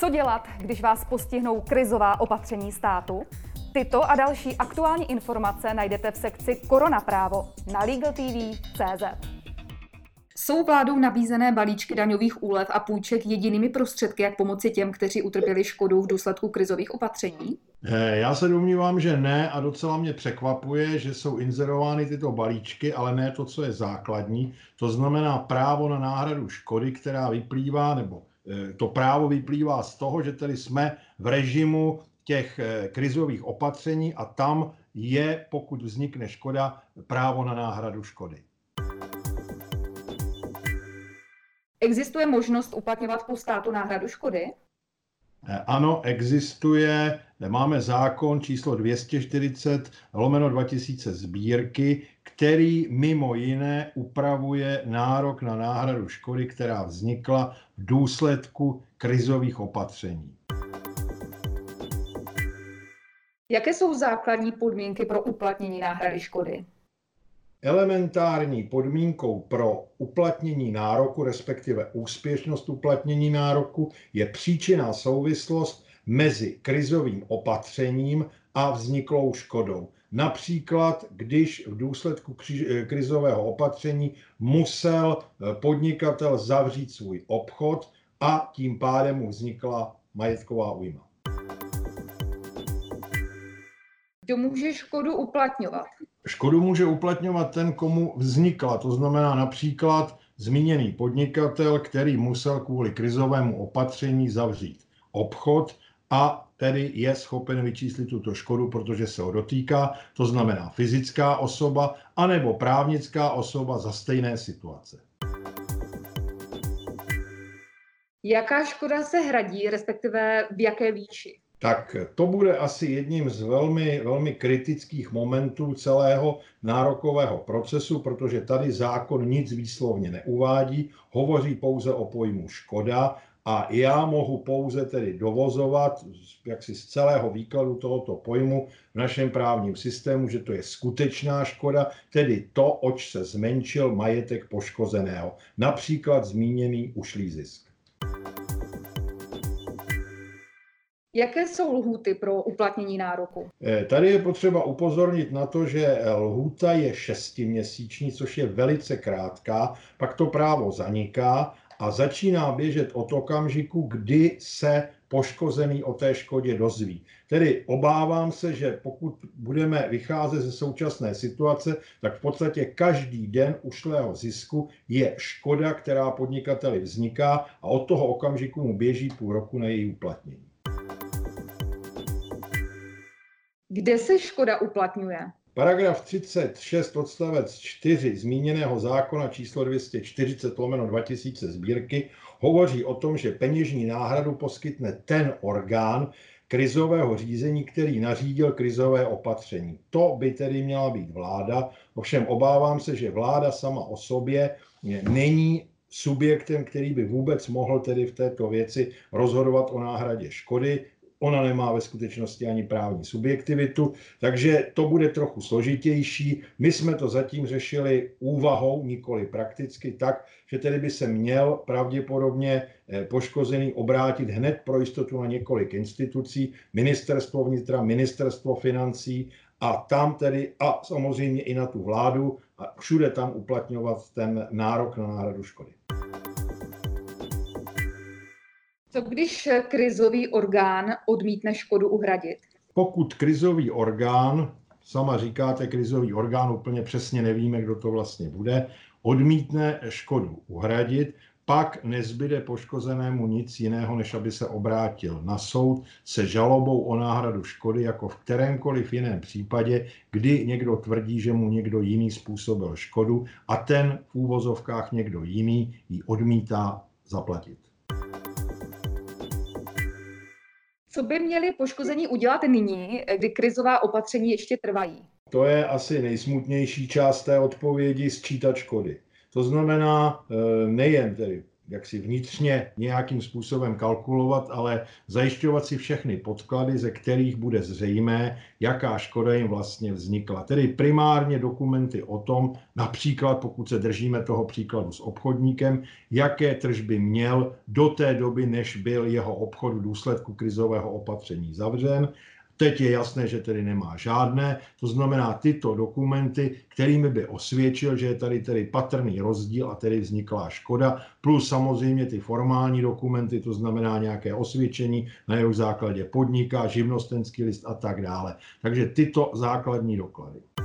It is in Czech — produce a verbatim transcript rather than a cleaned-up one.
Co dělat, když vás postihnou krizová opatření státu? Tyto a další aktuální informace najdete v sekci Koronaprávo na legal T V tečka cé zet. Jsou vládou nabízené balíčky daňových úlev a půjček jedinými prostředky, jak pomoci těm, kteří utrpěli škodu v důsledku krizových opatření? Já se domnívám, že ne, a docela mě překvapuje, že jsou inzerovány tyto balíčky, ale ne to, co je základní. To znamená právo na náhradu škody, která vyplývá, nebo to právo vyplývá z toho, že tedy jsme v režimu těch krizových opatření a tam je, pokud vznikne škoda, právo na náhradu škody. Existuje možnost uplatňovat po státu náhradu škody? Ano, existuje. Máme zákon číslo dvě stě čtyřicet lomeno dva tisíce sbírky, který mimo jiné upravuje nárok na náhradu škody, která vznikla v důsledku krizových opatření. Jaké jsou základní podmínky pro uplatnění náhrady škody? Elementární podmínkou pro uplatnění nároku, respektive úspěšnost uplatnění nároku, je příčinná souvislost mezi krizovým opatřením a vzniklou škodou. Například, když v důsledku krizového opatření musel podnikatel zavřít svůj obchod a tím pádem mu vznikla majetková újma. Kdo může škodu uplatňovat? Škodu může uplatňovat ten, komu vznikla. To znamená například zmíněný podnikatel, který musel kvůli krizovému opatření zavřít obchod a tedy je schopen vyčíslit tuto škodu, protože se ho dotýká. To znamená fyzická osoba anebo právnická osoba za stejné situace. Jaká škoda se hradí, respektive v jaké výši? Tak to bude asi jedním z velmi, velmi kritických momentů celého nárokového procesu, protože tady zákon nic výslovně neuvádí, hovoří pouze o pojmu škoda a já mohu pouze tedy dovozovat jaksi z celého výkladu tohoto pojmu v našem právním systému, že to je skutečná škoda, tedy to, oč se zmenšil majetek poškozeného, například zmíněný ušlý zisk. Jaké jsou lhůty pro uplatnění nároku? Tady je potřeba upozornit na to, že lhůta je šestiměsíční, což je velice krátká, pak to právo zaniká a začíná běžet od okamžiku, kdy se poškozený o té škodě dozví. Tedy obávám se, že pokud budeme vycházet ze současné situace, tak v podstatě každý den ušlého zisku je škoda, která podnikateli vzniká a od toho okamžiku mu běží půl roku na její uplatnění. Kde se škoda uplatňuje? Paragraf třicet šest odstavec čtyři zmíněného zákona číslo dvě stě čtyřicet lomeno dva tisíce sbírky hovoří o tom, že peněžní náhradu poskytne ten orgán krizového řízení, který nařídil krizové opatření. To by tedy měla být vláda, ovšem obávám se, že vláda sama o sobě není subjektem, který by vůbec mohl tedy v této věci rozhodovat o náhradě škody. Ona nemá ve skutečnosti ani právní subjektivitu, takže to bude trochu složitější. My jsme to zatím řešili úvahou, nikoli prakticky, tak, že tedy by se měl pravděpodobně poškozený obrátit hned pro jistotu na několik institucí, ministerstvo vnitra, ministerstvo financí a tam tedy, a samozřejmě i na tu vládu, a všude tam uplatňovat ten nárok na náhradu škody. Co když krizový orgán odmítne škodu uhradit? Pokud krizový orgán, sama říkáte krizový orgán, úplně přesně nevíme, kdo to vlastně bude, odmítne škodu uhradit, pak nezbyde poškozenému nic jiného, než aby se obrátil na soud se žalobou o náhradu škody, jako v kterémkoliv jiném případě, kdy někdo tvrdí, že mu někdo jiný způsobil škodu a ten v úvozovkách někdo jiný ji odmítá zaplatit. Co by měli poškození udělat nyní, kdy krizová opatření ještě trvají? To je asi nejsmutnější část té odpovědi, sčítat škody. To znamená nejen tedy jaksi vnitřně nějakým způsobem kalkulovat, ale zajišťovat si všechny podklady, ze kterých bude zřejmé, jaká škoda jim vlastně vznikla. Tedy primárně dokumenty o tom, například pokud se držíme toho příkladu s obchodníkem, jaké tržby měl do té doby, než byl jeho obchod v důsledku krizového opatření zavřen. Teď je jasné, že tedy nemá žádné, to znamená tyto dokumenty, kterými by osvědčil, že je tady tedy patrný rozdíl a tedy vzniklá škoda, plus samozřejmě ty formální dokumenty, to znamená nějaké osvědčení, na jeho základě podniká, živnostenský list a tak dále. Takže tyto základní doklady.